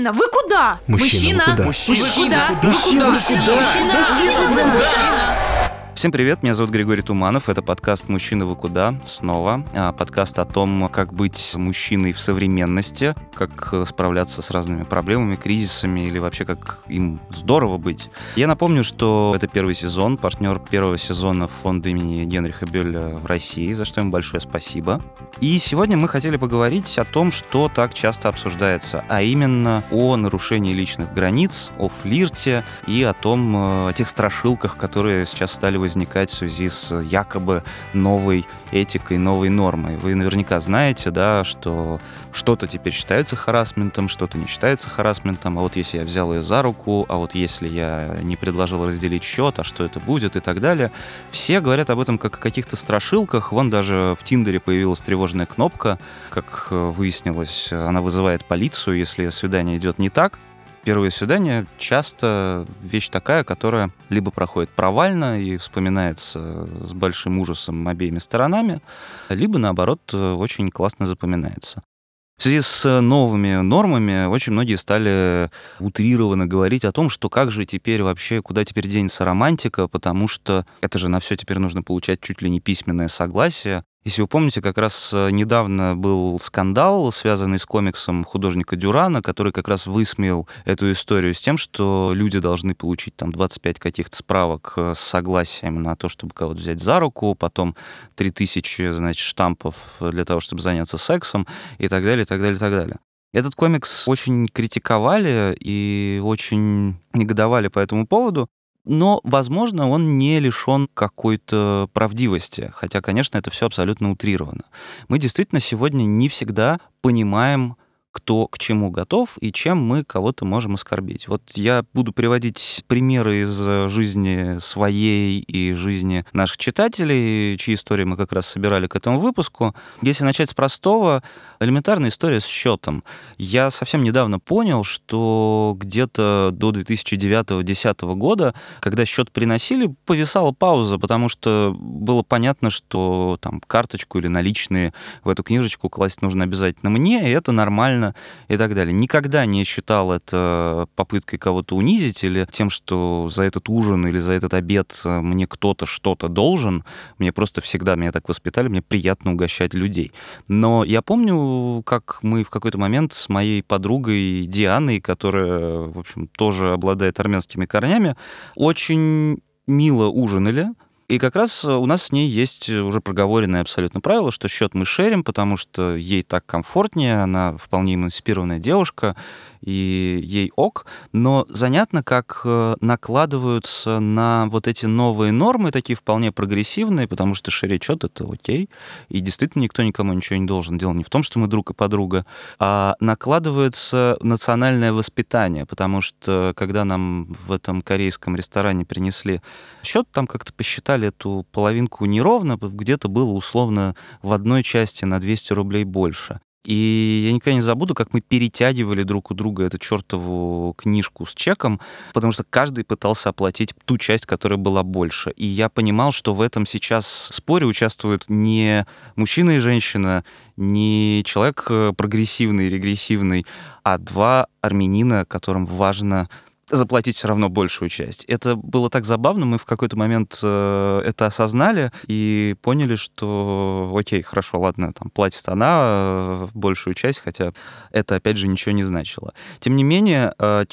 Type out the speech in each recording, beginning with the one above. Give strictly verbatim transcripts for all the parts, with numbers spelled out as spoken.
Мужчина, вы куда? Мужчина, вы куда? Мужчина, вы куда? Мужчина, вы куда? Мужчина, вы куда? Всем привет, меня зовут Григорий Туманов, это подкаст «Мужчина, вы куда?» снова. Подкаст о том, как быть мужчиной в современности, как справляться с разными проблемами, кризисами или вообще как им здорово быть. Я напомню, что это первый сезон, партнер первого сезона фонда имени Генриха Бёля в России, за что им большое спасибо. И сегодня мы хотели поговорить о том, что так часто обсуждается, а именно о нарушении личных границ, о флирте и о том, о тех страшилках, которые сейчас стали возникать в связи с якобы новой этикой, новой нормой. Вы наверняка знаете, да, что что-то теперь считается харассментом, что-то не считается харассментом, а вот если я взял ее за руку, а вот если я не предложил разделить счет, а что это будет и так далее. Все говорят об этом как о каких-то страшилках. Вон даже в Тиндере появилась тревожная кнопка. Как выяснилось, она вызывает полицию, если свидание идет не так. Первое свидание часто вещь такая, которая либо проходит провально и вспоминается с большим ужасом обеими сторонами, либо, наоборот, очень классно запоминается. В связи с новыми нормами очень многие стали утрированно говорить о том, что как же теперь вообще, куда теперь денется романтика, потому что это же на все теперь нужно получать чуть ли не письменное согласие. Если вы помните, как раз недавно был скандал, связанный с комиксом художника Дюрана, который как раз высмеял эту историю с тем, что люди должны получить там двадцать пять каких-то справок с согласием на то, чтобы кого-то взять за руку, потом три тысячи, значит, штампов для того, чтобы заняться сексом и так далее, и так далее, и так далее. Этот комикс очень критиковали и очень негодовали по этому поводу. Но, возможно, он не лишен какой-то правдивости, хотя, конечно, это все абсолютно утрировано. Мы действительно сегодня не всегда понимаем, кто к чему готов и чем мы кого-то можем оскорбить. Вот я буду приводить примеры из жизни своей и жизни наших читателей, чьи истории мы как раз собирали к этому выпуску. Если начать с простого, элементарная история с счетом. Я совсем недавно понял, что где-то до две тысячи девятого-две тысячи десятого года, когда счет приносили, повисала пауза, потому что было понятно, что там карточку или наличные в эту книжечку класть нужно обязательно мне, и это нормально, и так далее. Никогда не считал это попыткой кого-то унизить или тем, что за этот ужин или за этот обед мне кто-то что-то должен. Мне просто всегда, меня так воспитали, мне приятно угощать людей. Но я помню, как мы в какой-то момент с моей подругой Дианой, которая, в общем, тоже обладает армянскими корнями, очень мило ужинали. И как раз у нас с ней есть уже проговоренное абсолютно правило, что счет мы шерим, потому что ей так комфортнее, она вполне эмансипированная девушка, и ей ок. Но занятно, как накладываются на вот эти новые нормы, такие вполне прогрессивные, потому что шерить счет — это окей, и действительно никто никому ничего не должен. Дело не в том, что мы друг и подруга, а накладывается национальное воспитание, потому что когда нам в этом корейском ресторане принесли счет, там как-то посчитали эту половинку неровно, где-то было условно в одной части на двести рублей больше. И я никогда не забуду, как мы перетягивали друг у друга эту чертову книжку с чеком, потому что каждый пытался оплатить ту часть, которая была больше. И я понимал, что в этом сейчас споре участвуют не мужчина и женщина, не человек прогрессивный, регрессивный, а два армянина, которым важно заплатить все равно большую часть. Это было так забавно, мы в какой-то момент э, это осознали и поняли, что окей, хорошо, ладно, там платит она э, большую часть, хотя это, опять же, ничего не значило. Тем не менее, э,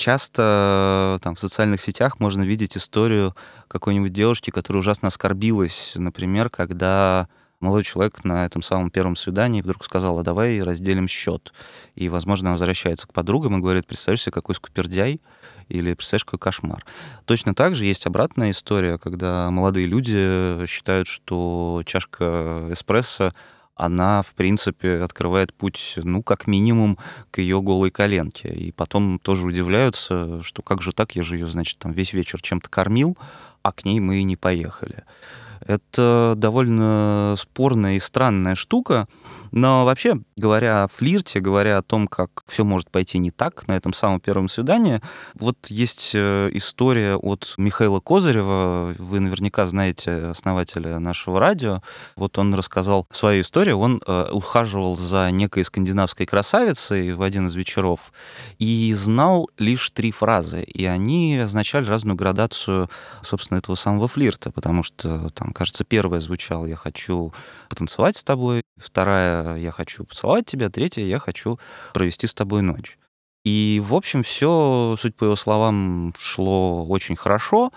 часто э, там в социальных сетях можно видеть историю какой-нибудь девушки, которая ужасно оскорбилась, например, когда молодой человек на этом самом первом свидании вдруг сказал: а давай разделим счет. И, возможно, она возвращается к подругам и говорит: представляешь себе, какой скупердяй, или представляешь, какой кошмар. Точно так же есть обратная история, когда молодые люди считают, что чашка эспрессо, она, в принципе, открывает путь, ну, как минимум, к ее голой коленке. И потом тоже удивляются, что как же так, я же ее, значит, там весь вечер чем-то кормил, а к ней мы и не поехали. Это довольно спорная и странная штука, Но вообще, говоря о флирте, говоря о том, как все может пойти не так на этом самом первом свидании, вот есть э, история от Михаила Козырева. Вы наверняка знаете основателя нашего радио. Вот он рассказал свою историю. Он э, ухаживал за некой скандинавской красавицей в один из вечеров и знал лишь три фразы. И они означали разную градацию, собственно, этого самого флирта. Потому что, там, кажется, первая звучала «я хочу потанцевать с тобой», вторая «я хочу поцеловать тебя», третья «я хочу провести с тобой ночь». И, в общем, все, суть по его словам, шло очень хорошо,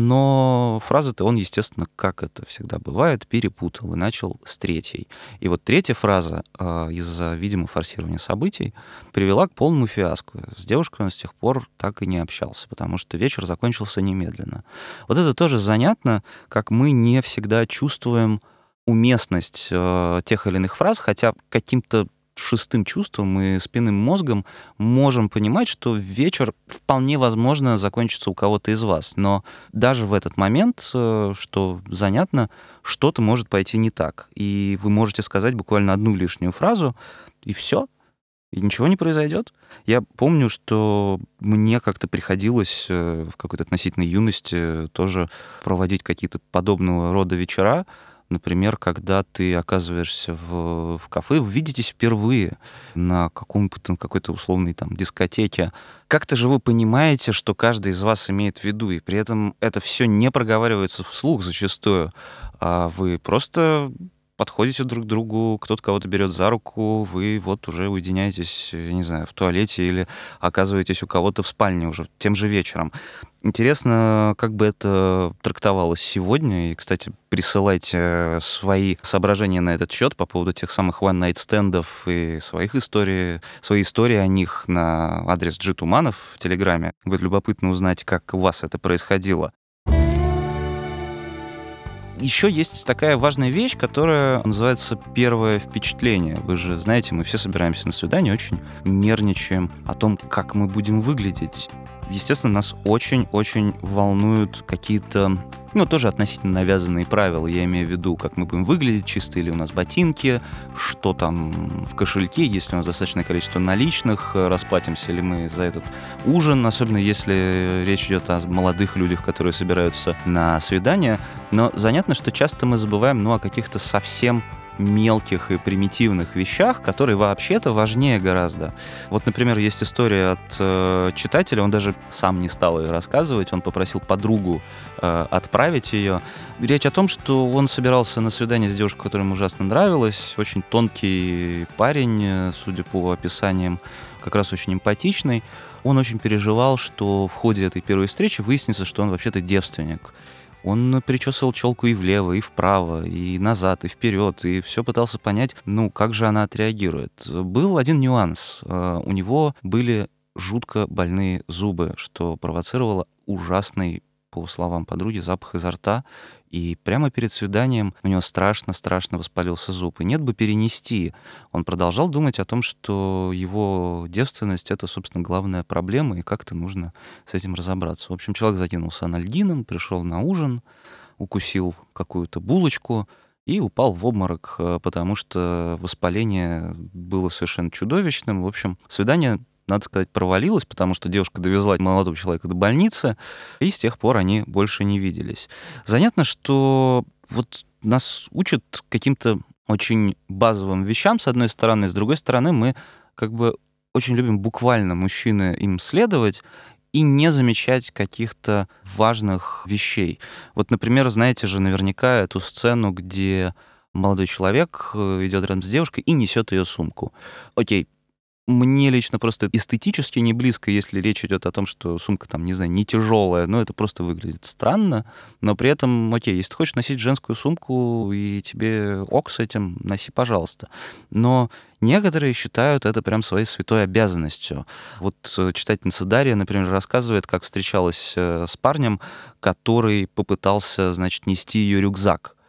но фразы-то он, естественно, как это всегда бывает, перепутал и начал с третьей. И вот третья фраза э, из-за, видимо, форсирования событий привела к полному фиаско. С девушкой он с тех пор так и не общался, потому что вечер закончился немедленно. Вот это тоже занятно, как мы не всегда чувствуем уместность э, тех или иных фраз, хотя каким-то шестым чувством и спинным мозгом можем понимать, что вечер вполне возможно закончится у кого-то из вас. Но даже в этот момент, э, что занятно, что-то может пойти не так. И вы можете сказать буквально одну лишнюю фразу, и все, и ничего не произойдет. Я помню, что мне как-то приходилось э, в какой-то относительной юности тоже проводить какие-то подобного рода вечера. Например, когда ты оказываешься в, в кафе, вы видитесь впервые на каком-то, какой-то условной там дискотеке. Как-то же вы понимаете, что каждый из вас имеет в виду, и при этом это все не проговаривается вслух зачастую, а вы просто подходите друг к другу, кто-то кого-то берет за руку, вы вот уже уединяетесь, я не знаю, в туалете или оказываетесь у кого-то в спальне уже тем же вечером. Интересно, как бы это трактовалось сегодня. И, кстати, присылайте свои соображения на этот счет по поводу тех самых one-night-стендов и своих историй, свои истории о них на адрес Джи Туманов в Телеграме. Будет любопытно узнать, как у вас это происходило. Еще есть такая важная вещь, которая называется первое впечатление. Вы же знаете, мы все собираемся на свидание, очень нервничаем о том, как мы будем выглядеть. Естественно, нас очень-очень волнуют какие-то, ну, тоже относительно навязанные правила. Я имею в виду, как мы будем выглядеть, чистые ли у нас ботинки, что там в кошельке, есть ли у нас достаточное количество наличных, расплатимся ли мы за этот ужин, особенно если речь идет о молодых людях, которые собираются на свидание. Но занятно, что часто мы забываем, ну, о каких-то совсем мелких и примитивных вещах, которые вообще-то важнее гораздо. Вот, например, есть история от э, читателя, он даже сам не стал ее рассказывать, он попросил подругу э, отправить ее. Речь о том, что он собирался на свидание с девушкой, которая ему ужасно нравилась, очень тонкий парень, судя по описаниям, как раз очень эмпатичный. Он очень переживал, что в ходе этой первой встречи выяснится, что он вообще-то девственник. Он причесывал челку и влево, и вправо, и назад, и вперед, и все пытался понять, ну, как же она отреагирует. Был один нюанс. У него были жутко больные зубы, что провоцировало ужасный, по словам подруги, запах изо рта. И прямо перед свиданием у него страшно-страшно воспалился зуб. И нет бы перенести. Он продолжал думать о том, что его девственность — это, собственно, главная проблема, и как-то нужно с этим разобраться. В общем, человек закинулся анальгином, пришел на ужин, укусил какую-то булочку и упал в обморок, потому что воспаление было совершенно чудовищным. В общем, свидание, надо сказать, провалилась, потому что девушка довезла молодого человека до больницы, и с тех пор они больше не виделись. Занятно, что вот нас учат каким-то очень базовым вещам, с одной стороны, с другой стороны, мы как бы очень любим буквально, мужчины, им следовать и не замечать каких-то важных вещей. Вот, например, знаете же наверняка эту сцену, где молодой человек идет рядом с девушкой и несет ее сумку. Окей, мне лично просто эстетически не близко, если речь идет о том, что сумка там, не знаю, не тяжелая, но это просто выглядит странно. Но при этом, окей, если ты хочешь носить женскую сумку и тебе ок с этим, носи, пожалуйста. Но некоторые считают это прям своей святой обязанностью. Вот читательница Дарья, например, рассказывает, как встречалась с парнем, который попытался, значит, нести ее рюкзак.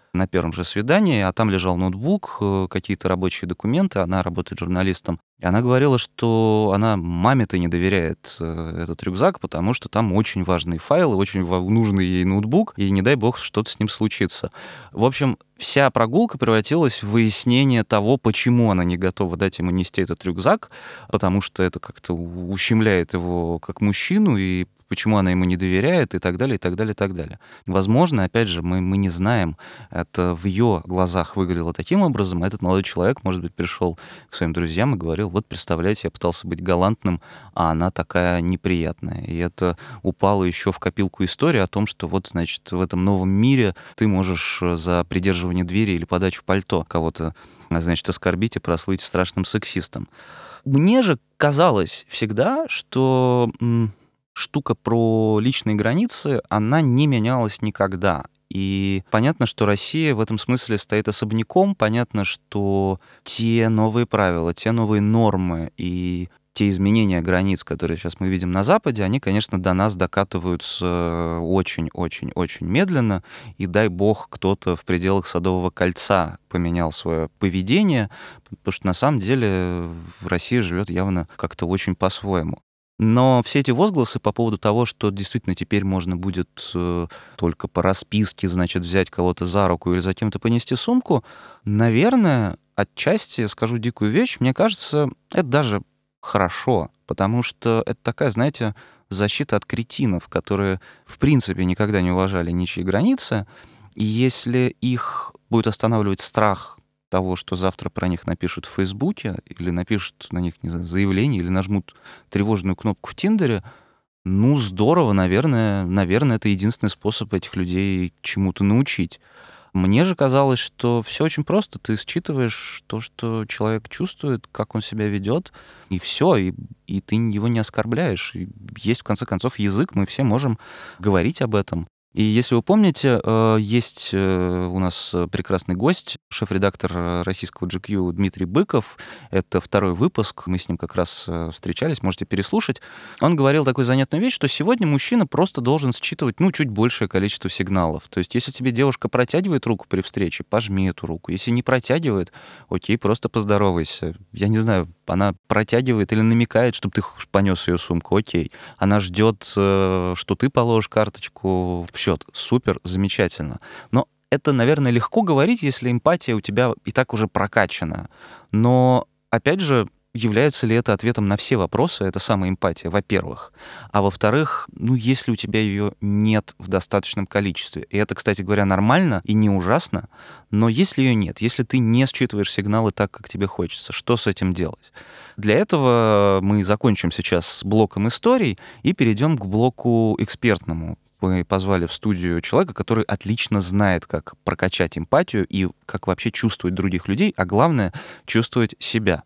на первом же свидании, а там лежал ноутбук, э, какие-то рабочие документы, она работает журналистом. И она говорила, что она маме-то не доверяет э, этот рюкзак, потому что там очень важные файлы, очень ва- нужный ей ноутбук, и не дай бог что-то с ним случится. В общем, вся прогулка превратилась в выяснение того, почему она не готова дать ему нести этот рюкзак, потому что это как-то у- ущемляет его как мужчину, и почему она ему не доверяет, и так далее, и так далее, и так далее. Возможно, опять же, мы, мы не знаем, это в ее глазах выглядело таким образом, а этот молодой человек, может быть, пришел к своим друзьям и говорил, вот, представляете, я пытался быть галантным, а она такая неприятная. И это упало еще в копилку истории о том, что вот, значит, в этом новом мире ты можешь за придерживание двери или подачу пальто кого-то, значит, оскорбить и прослыть страшным сексистом. Мне же казалось всегда, что м, штука про личные границы, она не менялась никогда. И понятно, что Россия в этом смысле стоит особняком. Понятно, что те новые правила, те новые нормы и те изменения границ, которые сейчас мы видим на Западе, они, конечно, до нас докатываются очень-очень-очень медленно. И дай бог, кто-то в пределах Садового кольца поменял свое поведение, потому что на самом деле в России живет явно как-то очень по-своему. Но все эти возгласы по поводу того, что действительно теперь можно будет э, только по расписке, значит, взять кого-то за руку или за кем-то понести сумку, наверное, отчасти, скажу дикую вещь, мне кажется, это даже хорошо, потому что это такая, знаете, защита от кретинов, которые в принципе никогда не уважали ничьи границы, и если их будет останавливать страх того, что завтра про них напишут в Фейсбуке, или напишут на них, не знаю, заявление, или нажмут тревожную кнопку в Тиндере, ну, здорово, наверное, наверное, это единственный способ этих людей чему-то научить. Мне же казалось, что все очень просто. Ты считываешь то, что человек чувствует, как он себя ведет, и все, и, и ты его не оскорбляешь. И есть, в конце концов, язык, мы все можем говорить об этом. И если вы помните, э, есть э, у нас прекрасный гость, шеф-редактор российского джи кью Дмитрий Быков. Это второй выпуск, мы с ним как раз э, встречались, можете переслушать. Он говорил такую занятную вещь, что сегодня мужчина просто должен считывать, ну, чуть большее количество сигналов. То есть если тебе девушка протягивает руку при встрече, пожми эту руку. Если не протягивает, окей, просто поздоровайся. Я не знаю, она протягивает или намекает, чтобы ты понес ее сумку, окей. Она ждет, э, что ты положишь карточку в счет. Супер, замечательно. Но это, наверное, легко говорить, если эмпатия у тебя и так уже прокачана. Но, опять же, является ли это ответом на все вопросы? Это самая эмпатия, во-первых. А во-вторых, ну, если у тебя ее нет в достаточном количестве, и это, кстати говоря, нормально и не ужасно, но если ее нет, если ты не считываешь сигналы так, как тебе хочется, что с этим делать? Для этого мы закончим сейчас с блоком историй и перейдем к блоку экспертному. Мы позвали в студию человека, который отлично знает, как прокачать эмпатию и как вообще чувствовать других людей, а главное — чувствовать себя.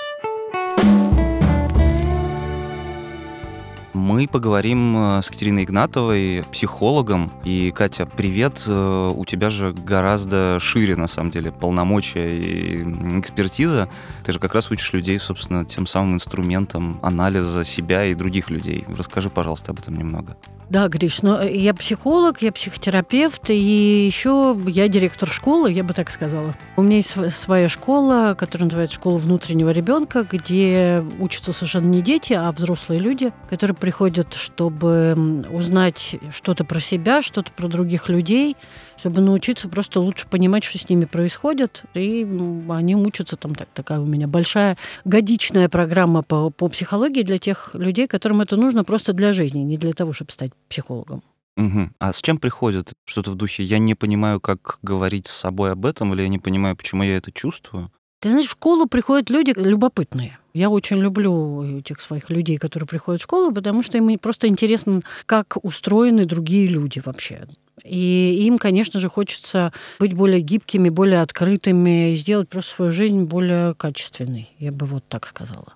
Мы поговорим с Катериной Игнатовой, психологом. И, Катя, привет. У тебя же гораздо шире, на самом деле, полномочия и экспертиза. Ты же как раз учишь людей, собственно, тем самым инструментом анализа себя и других людей. Расскажи, пожалуйста, об этом немного. Да, Гриш, но я психолог, я психотерапевт, и еще я директор школы, я бы так сказала. У меня есть своя школа, которая называется «Школа внутреннего ребенка», где учатся совершенно не дети, а взрослые люди, которые приходят, чтобы узнать что-то про себя, что-то про других людей, чтобы научиться просто лучше понимать, что с ними происходит. И они учатся, там так, такая у меня большая годичная программа по, по психологии для тех людей, которым это нужно просто для жизни, не для того, чтобы стать психологом. Угу. А с чем приходит? Что-то в духе «я не понимаю, как говорить с собой об этом», или «я не понимаю, почему я это чувствую»? Ты знаешь, в школу приходят люди любопытные. Я очень люблю этих своих людей, которые приходят в школу, потому что им просто интересно, как устроены другие люди вообще. И им, конечно же, хочется быть более гибкими, более открытыми и сделать просто свою жизнь более качественной, я бы вот так сказала.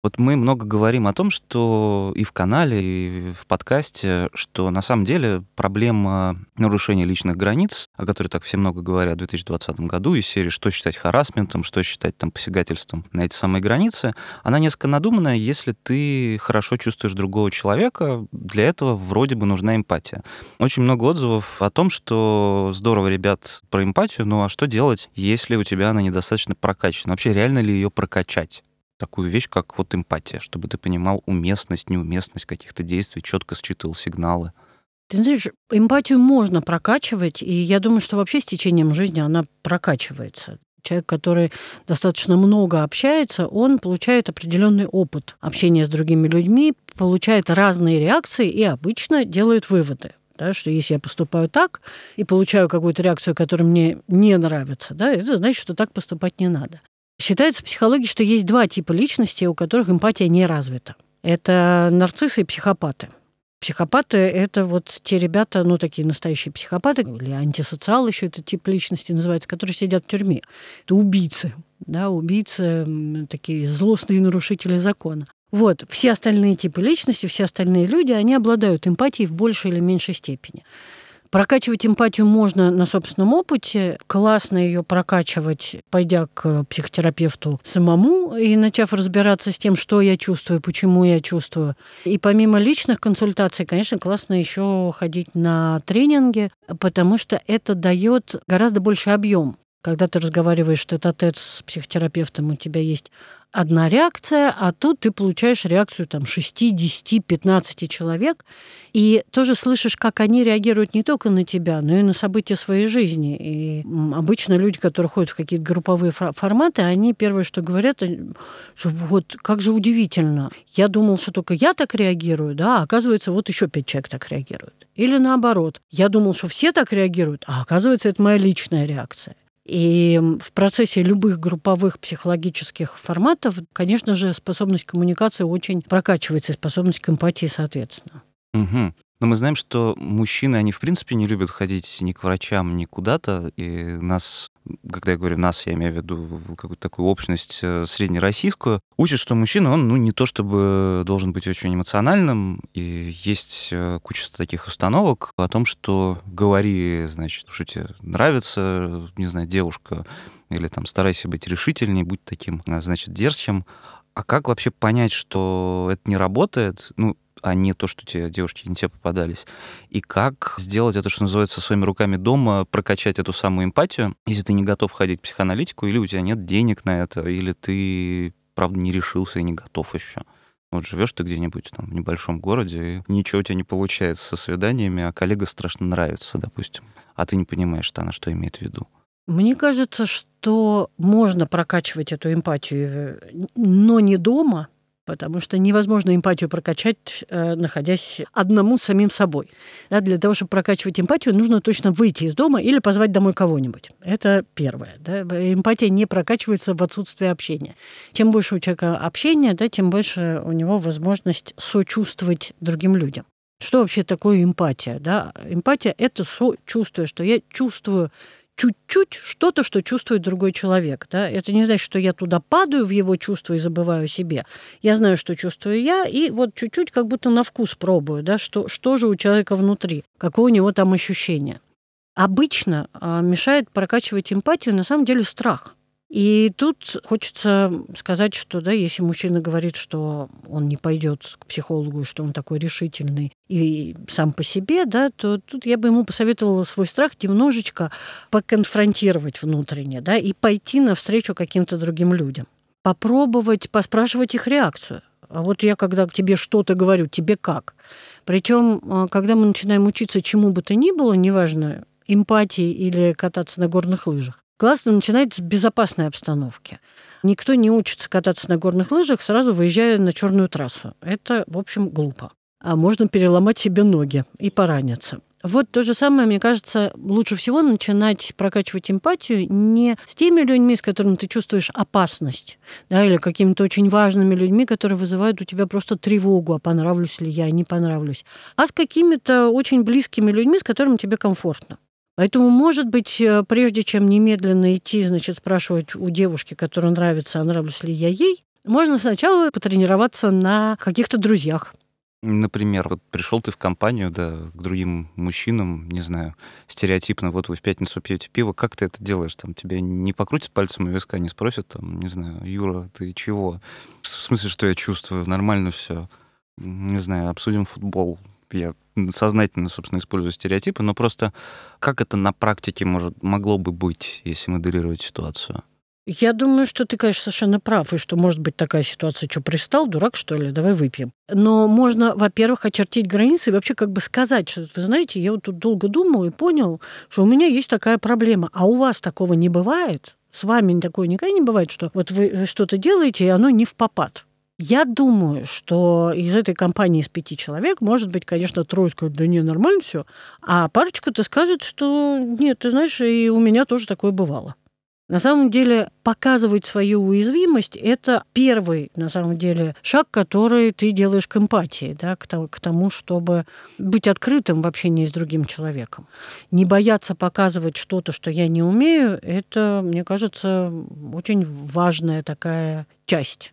Вот мы много говорим о том, что и в канале, и в подкасте, что на самом деле проблема нарушения личных границ, о которой так все много говорят в две тысячи двадцатом году, из серии «Что считать харассментом», «Что считать там посягательством на эти самые границы», она несколько надуманная, если ты хорошо чувствуешь другого человека. Для этого вроде бы нужна эмпатия. Очень много отзывов о том, что здорово, ребят, про эмпатию, ну а что делать, если у тебя она недостаточно прокачана? Вообще, реально ли ее прокачать? Такую вещь, как вот эмпатия, чтобы ты понимал уместность, неуместность каких-то действий, четко считывал сигналы. Ты знаешь, эмпатию можно прокачивать, и я думаю, что вообще с течением жизни она прокачивается. Человек, который достаточно много общается, он получает определенный опыт общения с другими людьми, получает разные реакции и обычно делает выводы. Да, что если я поступаю так и получаю какую-то реакцию, которая мне не нравится, да, это значит, что так поступать не надо. Считается в психологии, что есть два типа личности, у которых эмпатия не развита. Это нарциссы и психопаты. Психопаты – это вот те ребята, ну, такие настоящие психопаты, или антисоциал еще этот тип личности называется, которые сидят в тюрьме. Это убийцы, да, убийцы, такие злостные нарушители закона. Вот, все остальные типы личности, все остальные люди, они обладают эмпатией в большей или меньшей степени. Прокачивать эмпатию можно на собственном опыте. Классно ее прокачивать, пойдя к психотерапевту самому и начав разбираться с тем, что я чувствую, почему я чувствую. И помимо личных консультаций, конечно, классно еще ходить на тренинги, потому что это дает гораздо больший объем. Когда ты разговариваешь тет-а-тет с психотерапевтом, у тебя есть одна реакция, а тут ты получаешь реакцию там, шесть, десять, пятнадцать человек, и тоже слышишь, как они реагируют не только на тебя, но и на события своей жизни. И обычно люди, которые ходят в какие-то групповые форматы, они первое, что говорят, что вот как же удивительно. Я думал, что только я так реагирую, да, а оказывается, вот еще пять человек так реагируют. Или наоборот, я думал, что все так реагируют, а оказывается, это моя личная реакция. И в процессе любых групповых психологических форматов, конечно же, способность коммуникации очень прокачивается, и способность к эмпатии, соответственно. Угу. Но мы знаем, что мужчины, они в принципе не любят ходить ни к врачам, ни куда-то. И нас, когда я говорю нас, я имею в виду какую-то такую общность среднероссийскую, учат, что мужчина, он ну, не то чтобы должен быть очень эмоциональным. И есть куча таких установок о том, что говори, значит, что тебе нравится, не знаю, девушка, или там старайся быть решительней, будь таким, значит, дерзким. А как вообще понять, что это не работает? Ну, а не то, что те девушки не те попадались. И как сделать это, что называется, своими руками дома, прокачать эту самую эмпатию, если ты не готов ходить к психоаналитику, или у тебя нет денег на это, или ты, правда, не решился и не готов еще. Вот живешь ты где-нибудь там в небольшом городе, и ничего у тебя не получается со свиданиями, а коллега страшно нравится, допустим. А ты не понимаешь, что она что имеет в виду. Мне кажется, что можно прокачивать эту эмпатию, но не дома, потому что невозможно эмпатию прокачать, находясь одному с самим собой. Да, для того, чтобы прокачивать эмпатию, нужно точно выйти из дома или позвать домой кого-нибудь. Это первое. Да. Эмпатия не прокачивается в отсутствии общения. Чем больше у человека общения, да, тем больше у него возможность сочувствовать другим людям. Что вообще такое эмпатия? Да? Эмпатия – это сочувствие, что я чувствую чуть-чуть что-то, что чувствует другой человек. Да? Это не значит, что я туда падаю в его чувства и забываю о себе. Я знаю, что чувствую я, и вот чуть-чуть как будто на вкус пробую, да? что, что же у человека внутри, какое у него там ощущение. Обычно а, мешает прокачивать эмпатию на самом деле страх. И тут хочется сказать, что да, если мужчина говорит, что он не пойдет к психологу, что он такой решительный и сам по себе, да, то тут я бы ему посоветовала свой страх немножечко поконфронтировать внутренне, да, и пойти навстречу каким-то другим людям. Попробовать поспрашивать их реакцию. А вот я, когда к тебе что-то говорю, тебе как? Причем, когда мы начинаем учиться чему бы то ни было, неважно, эмпатии или кататься на горных лыжах, классно начинать с безопасной обстановки. Никто не учится кататься на горных лыжах, сразу выезжая на черную трассу. Это, в общем, глупо. А можно переломать себе ноги и пораниться. Вот то же самое, мне кажется, лучше всего начинать прокачивать эмпатию не с теми людьми, с которыми ты чувствуешь опасность, да, или какими-то очень важными людьми, которые вызывают у тебя просто тревогу, а понравлюсь ли я, не понравлюсь, а с какими-то очень близкими людьми, с которыми тебе комфортно. Поэтому, может быть, прежде чем немедленно идти, значит, спрашивать у девушки, которая нравится, а нравлюсь ли я ей, Можно сначала потренироваться на каких-то друзьях. Например, вот пришел ты в компанию, да, к другим мужчинам, не знаю, стереотипно, вот вы в пятницу пьете пиво, как ты это делаешь? Там тебя не покрутят пальцем у виска, не спросят, там, не знаю, Юра, ты чего? В смысле, что я чувствую? Нормально все. Не знаю, обсудим футбол. Я сознательно, собственно, использую стереотипы, но просто как это на практике может, могло бы быть, если моделировать ситуацию? Я думаю, что ты, конечно, совершенно прав, и что может быть такая ситуация, что пристал, дурак, что ли, давай выпьем. Но можно, во-первых, очертить границы и вообще как бы сказать, что, вы знаете, я вот тут долго думал и понял, что у меня есть такая проблема, а у вас такого не бывает? С вами такое никогда не бывает, что вот вы что-то делаете, и оно не впопад. Я думаю, что из этой компании из пяти человек, может быть, конечно, трое скажут, да не, нормально все, а парочка-то скажет, что нет, ты знаешь, и у меня тоже такое бывало. На самом деле, показывать свою уязвимость – это первый, на самом деле, шаг, который ты делаешь к эмпатии, да, к тому, чтобы быть открытым в общении с другим человеком. Не бояться показывать что-то, что я не умею – это, мне кажется, очень важная такая часть.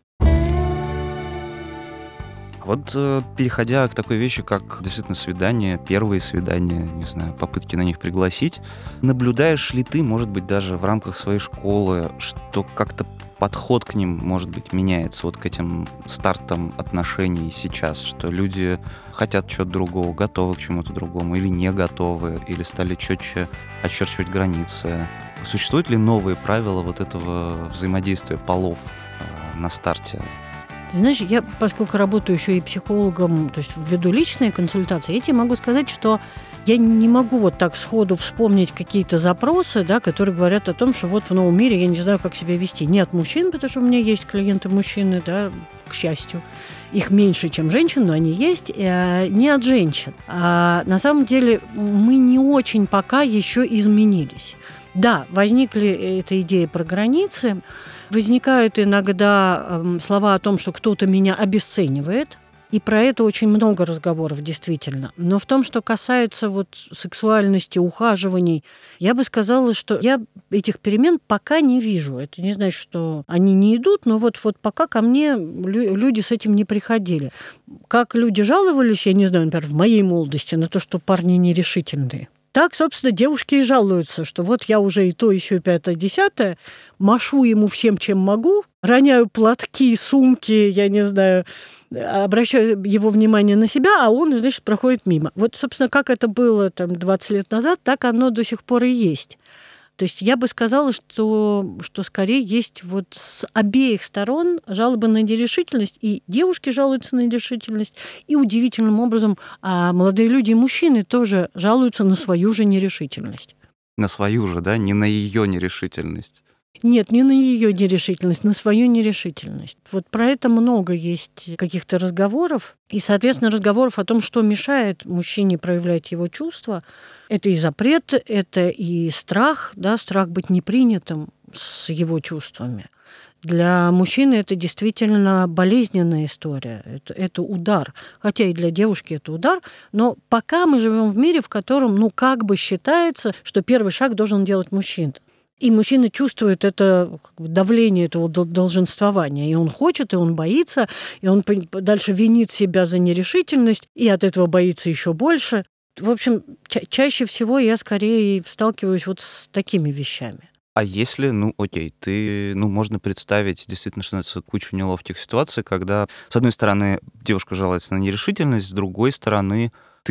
Вот э, переходя к такой вещи, как действительно свидания, первые свидания, не знаю, попытки на них пригласить, наблюдаешь ли ты, может быть, даже в рамках своей школы, что как-то подход к ним, может быть, меняется вот к этим стартам отношений сейчас, что люди хотят чего-то другого, готовы к чему-то другому или не готовы, или стали четче очерчивать границы? Существуют ли новые правила вот этого взаимодействия полов э, на старте? Знаешь, я, поскольку работаю еще и психологом, то есть веду личные консультации, я тебе могу сказать, что я не могу вот так сходу вспомнить какие-то запросы, да, которые говорят о том, что вот в новом мире я не знаю, как себя вести. Не от мужчин, потому что у меня есть клиенты-мужчины, да, к счастью. Их меньше, чем женщин, но они есть. Не от женщин. А на самом деле мы не очень пока еще изменились. Да, возникли эта идея про границы. Возникают иногда э, слова о том, что кто-то меня обесценивает, и про это очень много разговоров, действительно. Но в том, что касается вот сексуальности, ухаживаний, я бы сказала, что я этих перемен пока не вижу. Это не значит, что они не идут, но вот, вот пока ко мне лю- люди с этим не приходили. Как люди жаловались, я не знаю, например, в моей молодости на то, что парни нерешительные. Так, собственно, девушки и жалуются, что вот я уже и то, еще и пятое, десятое, машу ему всем, чем могу, роняю платки, сумки, я не знаю, обращаю его внимание на себя, а он, значит, проходит мимо. Вот, собственно, как это было там двадцать лет назад, так оно до сих пор и есть. То есть я бы сказала, что, что скорее есть вот с обеих сторон жалобы на нерешительность, и девушки жалуются на нерешительность, и удивительным образом а молодые люди и мужчины тоже жалуются на свою же нерешительность. На свою же, да, не на ее нерешительность. Нет, не на ее нерешительность, на свою нерешительность. Вот про это много есть каких-то разговоров. И, соответственно, разговоров о том, что мешает мужчине проявлять его чувства. Это и запрет, это и страх, да, страх быть непринятым с его чувствами. Для мужчины это действительно болезненная история, это, это удар. Хотя и для девушки это удар, но пока мы живем в мире, в котором, ну, как бы считается, что первый шаг должен делать мужчина. И мужчина чувствует это давление этого долженствования. И он хочет, и он боится, и он дальше винит себя за нерешительность, и от этого боится еще больше. В общем, ча- чаще всего я скорее сталкиваюсь вот с такими вещами. А если, ну, окей, ты, ну, можно представить действительно, что это кучу неловких ситуаций, когда, с одной стороны, девушка жалуется на нерешительность, с другой стороны,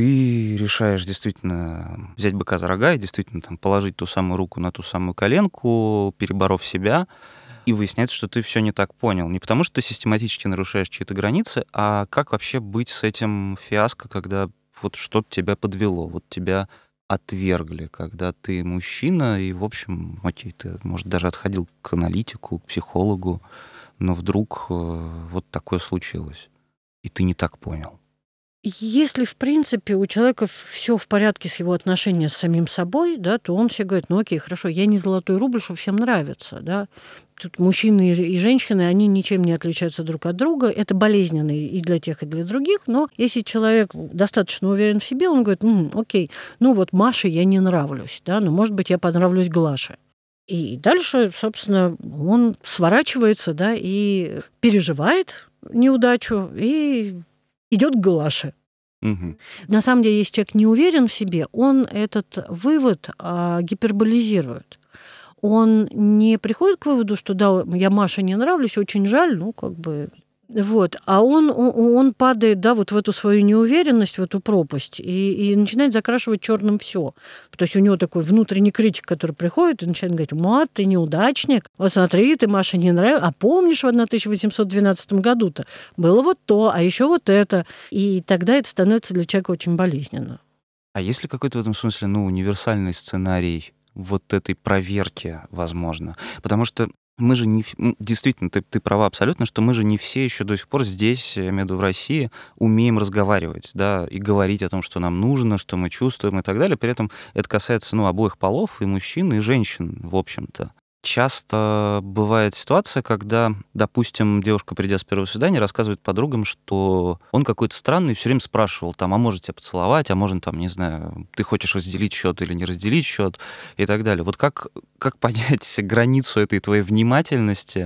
ты решаешь действительно взять быка за рога и действительно там положить ту самую руку на ту самую коленку, переборов себя, и выясняется, что ты все не так понял. Не потому, что ты систематически нарушаешь чьи-то границы, а как вообще быть с этим фиаско, когда вот что-то тебя подвело, вот тебя отвергли, когда ты мужчина, и, в общем, окей, ты, может, даже отходил к аналитику, к психологу, но вдруг э, вот такое случилось, и ты не так понял. Если, в принципе, у человека все в порядке с его отношением с самим собой, да, то он себе говорит, ну окей, хорошо, я не золотой рубль, что всем нравится. Да. Тут мужчины и женщины, они ничем не отличаются друг от друга. Это болезненно и для тех, и для других. Но если человек достаточно уверен в себе, он говорит, м-м, окей, ну вот Маше я не нравлюсь, да, но, может быть, я понравлюсь Глаше. И дальше, собственно, он сворачивается, да, и переживает неудачу, и идет к Глаше. Мгм. На самом деле, если человек не уверен в себе, он этот вывод а, гиперболизирует. Он не приходит к выводу, что да, я Маше не нравлюсь, очень жаль, ну, как бы... Вот. А он, он, он падает, да, вот в эту свою неуверенность, в эту пропасть, и, и начинает закрашивать черным все. То есть у него такой внутренний критик, который приходит и начинает говорить: «Мат, ты неудачник, вот смотри, ты Маше не нравишься, а помнишь, в тысяча восемьсот двенадцатом году-то было вот то, а еще вот это». И тогда это становится для человека очень болезненно. А есть ли какой-то в этом смысле, ну, универсальный сценарий вот этой проверки, возможно? Потому что мы же не... в- м, Действительно, ты, ты права абсолютно, что мы же не все еще до сих пор здесь, я имею в виду в России, умеем разговаривать, да, и говорить о том, что нам нужно, что мы чувствуем и так далее. При этом это касается, ну, обоих полов, и мужчин, и женщин, в общем-то. Часто бывает ситуация, когда, допустим, девушка, придя с первого свидания, рассказывает подругам, что он какой-то странный, все время спрашивал, там, а может тебя поцеловать, а может, там, не знаю, ты хочешь разделить счет или не разделить счет и так далее. Вот как, как понять границу этой твоей внимательности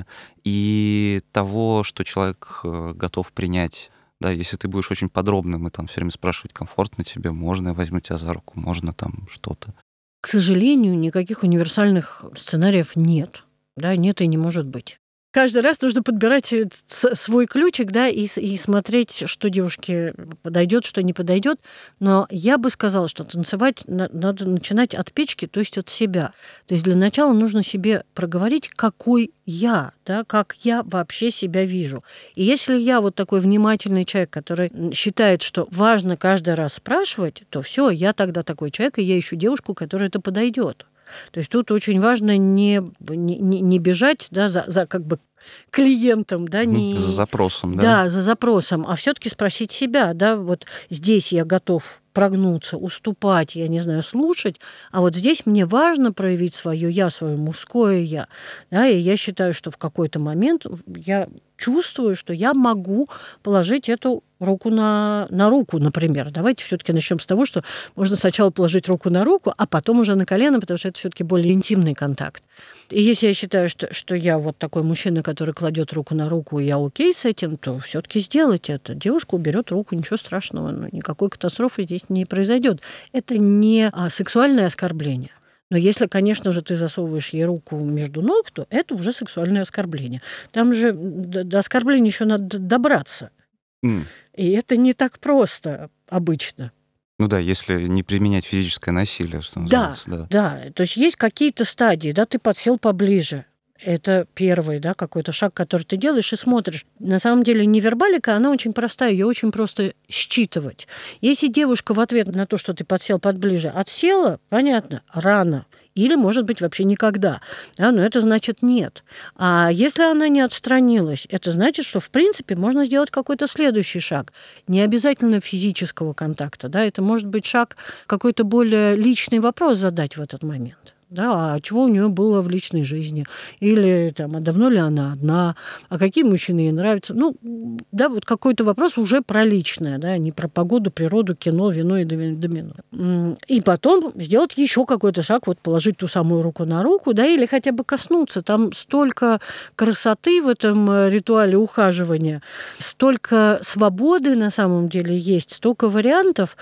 и того, что человек э, готов принять? Да, если ты будешь очень подробным и там все время спрашивать, комфортно тебе, можно я возьму тебя за руку, можно там что-то. К сожалению, никаких универсальных сценариев нет. Да, нет и не может быть. Каждый раз нужно подбирать э, с- свой ключик, да, и, с- и смотреть, что девушке подойдет, что не подойдет. Но я бы сказала, что танцевать на- надо начинать от печки, то есть от себя. То есть для начала нужно себе проговорить, какой я, да, как я вообще себя вижу. И если я вот такой внимательный человек, который м, считает, что важно каждый раз спрашивать, то все, я тогда такой человек, и я ищу девушку, которой это подойдет. То есть тут очень важно не, не, не- не бежать, да, за, за как бы клиентом, да, Мгм. не... За запросом, да? Да, за запросом, а все-таки спросить себя, да, вот здесь я готов прогнуться, уступать, я не знаю, слушать, а вот здесь мне важно проявить свое я, свое мужское я, да, и я считаю, что в какой-то момент я чувствую, что я могу положить эту руку на, на руку, например. Давайте все-таки начнем с того, что можно сначала положить руку на руку, а потом уже на колено, потому что это все-таки более интимный контакт. И если я считаю, что, что я вот такой мужчина, который кладет руку на руку, и я окей с этим, то все-таки сделать это. Девушка уберет руку, ничего страшного, ну, никакой катастрофы здесь не произойдет. Это не а, сексуальное оскорбление. Но если, конечно же, ты засовываешь ей руку между ног, то это уже сексуальное оскорбление. Там же до, до оскорбления еще надо добраться. М. И это не так просто обычно. Ну да, если не применять физическое насилие, что Да, называется, да. да. То есть есть какие-то стадии, да, ты подсел поближе. Это первый, да, какой-то шаг, который ты делаешь и смотришь. На самом деле невербалика, она очень простая, ее очень просто считывать. Если девушка в ответ на то, что ты подсел подближе, отсела, понятно, рано. Или, может быть, вообще никогда. Да, но это значит нет. А если она не отстранилась, это значит, что, в принципе, можно сделать какой-то следующий шаг. Не обязательно физического контакта. Да, это может быть шаг, какой-то более личный вопрос задать в этот момент. Да, а чего у нее было в личной жизни? Или там, а давно ли она одна? А какие мужчины ей нравятся? Ну, да, вот какой-то вопрос уже про личное, да, не про погоду, природу, кино, вино и домино. М, И потом сделать еще какой-то шаг, вот положить ту самую руку на руку, да, или хотя бы коснуться. Там столько красоты в этом э, ритуале ухаживания, столько свободы на самом деле есть, столько вариантов,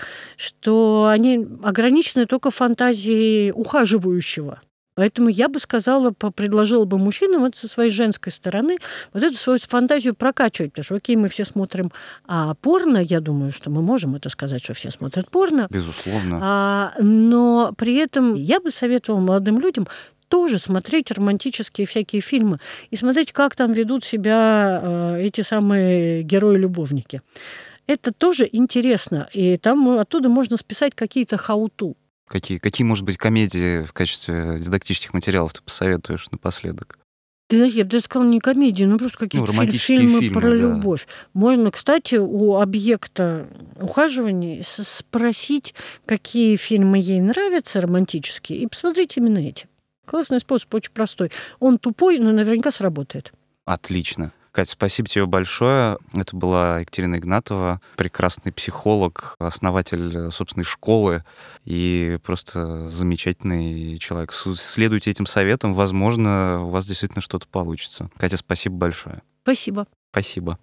что они ограничены только фантазией ухаживающего. Поэтому я бы сказала, по- предложила бы мужчинам вот со своей женской стороны вот эту свою фантазию прокачивать. Потому что, окей, мы все смотрим а, порно, я думаю, что мы можем это сказать, что все смотрят порно. Безусловно. А, но при этом я бы советовала молодым людям тоже смотреть романтические всякие фильмы и смотреть, как там ведут себя э, эти самые герои-любовники. Это тоже интересно, и там э, оттуда можно списать какие-то хау-ту. Какие, какие, может быть, комедии в качестве дидактических материалов ты посоветуешь напоследок? Ты знаешь, я бы даже сказала, не комедии, но просто какие-то Ну, филь- романтические фильмы, фильмы, про да. любовь. Можно, кстати, у объекта ухаживания с- спросить, какие фильмы ей нравятся романтические, и посмотреть именно эти. Классный способ, очень простой. Он тупой, но наверняка сработает. Отлично. Катя, спасибо тебе большое. Это была Екатерина Игнатова, прекрасный психолог, основатель собственной школы и просто замечательный человек. Следуйте этим советам, возможно, у вас действительно что-то получится. Катя, спасибо большое. Спасибо. Спасибо.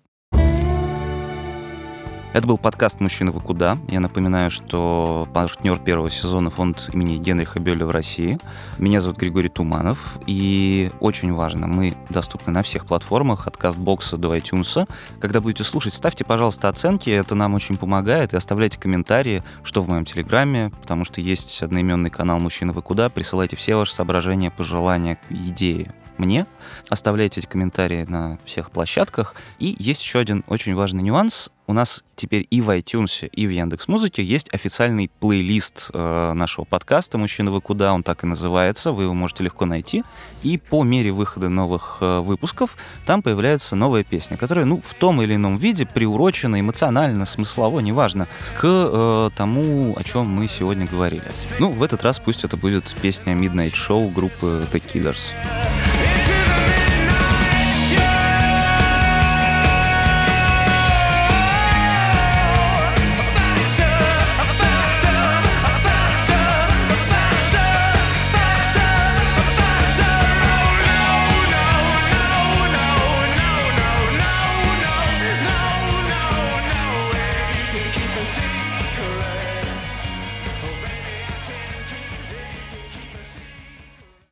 Это был подкаст «Мужчина, вы куда?». Я напоминаю, что партнер первого сезона — фонд имени Генриха Бёля в России. Меня зовут Григорий Туманов. И очень важно, мы доступны на всех платформах, от Кастбокса до iTunes. Когда будете слушать, ставьте, пожалуйста, оценки, это нам очень помогает. И оставляйте комментарии, что в моем Телеграме, потому что есть одноименный канал «Мужчина, вы куда?». Присылайте все ваши соображения, пожелания, идеи мне. Оставляйте эти комментарии на всех площадках. И есть еще один очень важный нюанс. У нас теперь и в iTunes, и в Яндекс.Музыке есть официальный плейлист э, нашего подкаста «Мужчина, вы куда?». Он так и называется, вы его можете легко найти. И по мере выхода новых э, выпусков там появляется новая песня, которая, ну, в том или ином виде приурочена эмоционально, смыслово, неважно, к э, тому, о чем мы сегодня говорили. Ну, в этот раз пусть это будет песня Midnight Show группы The Killers.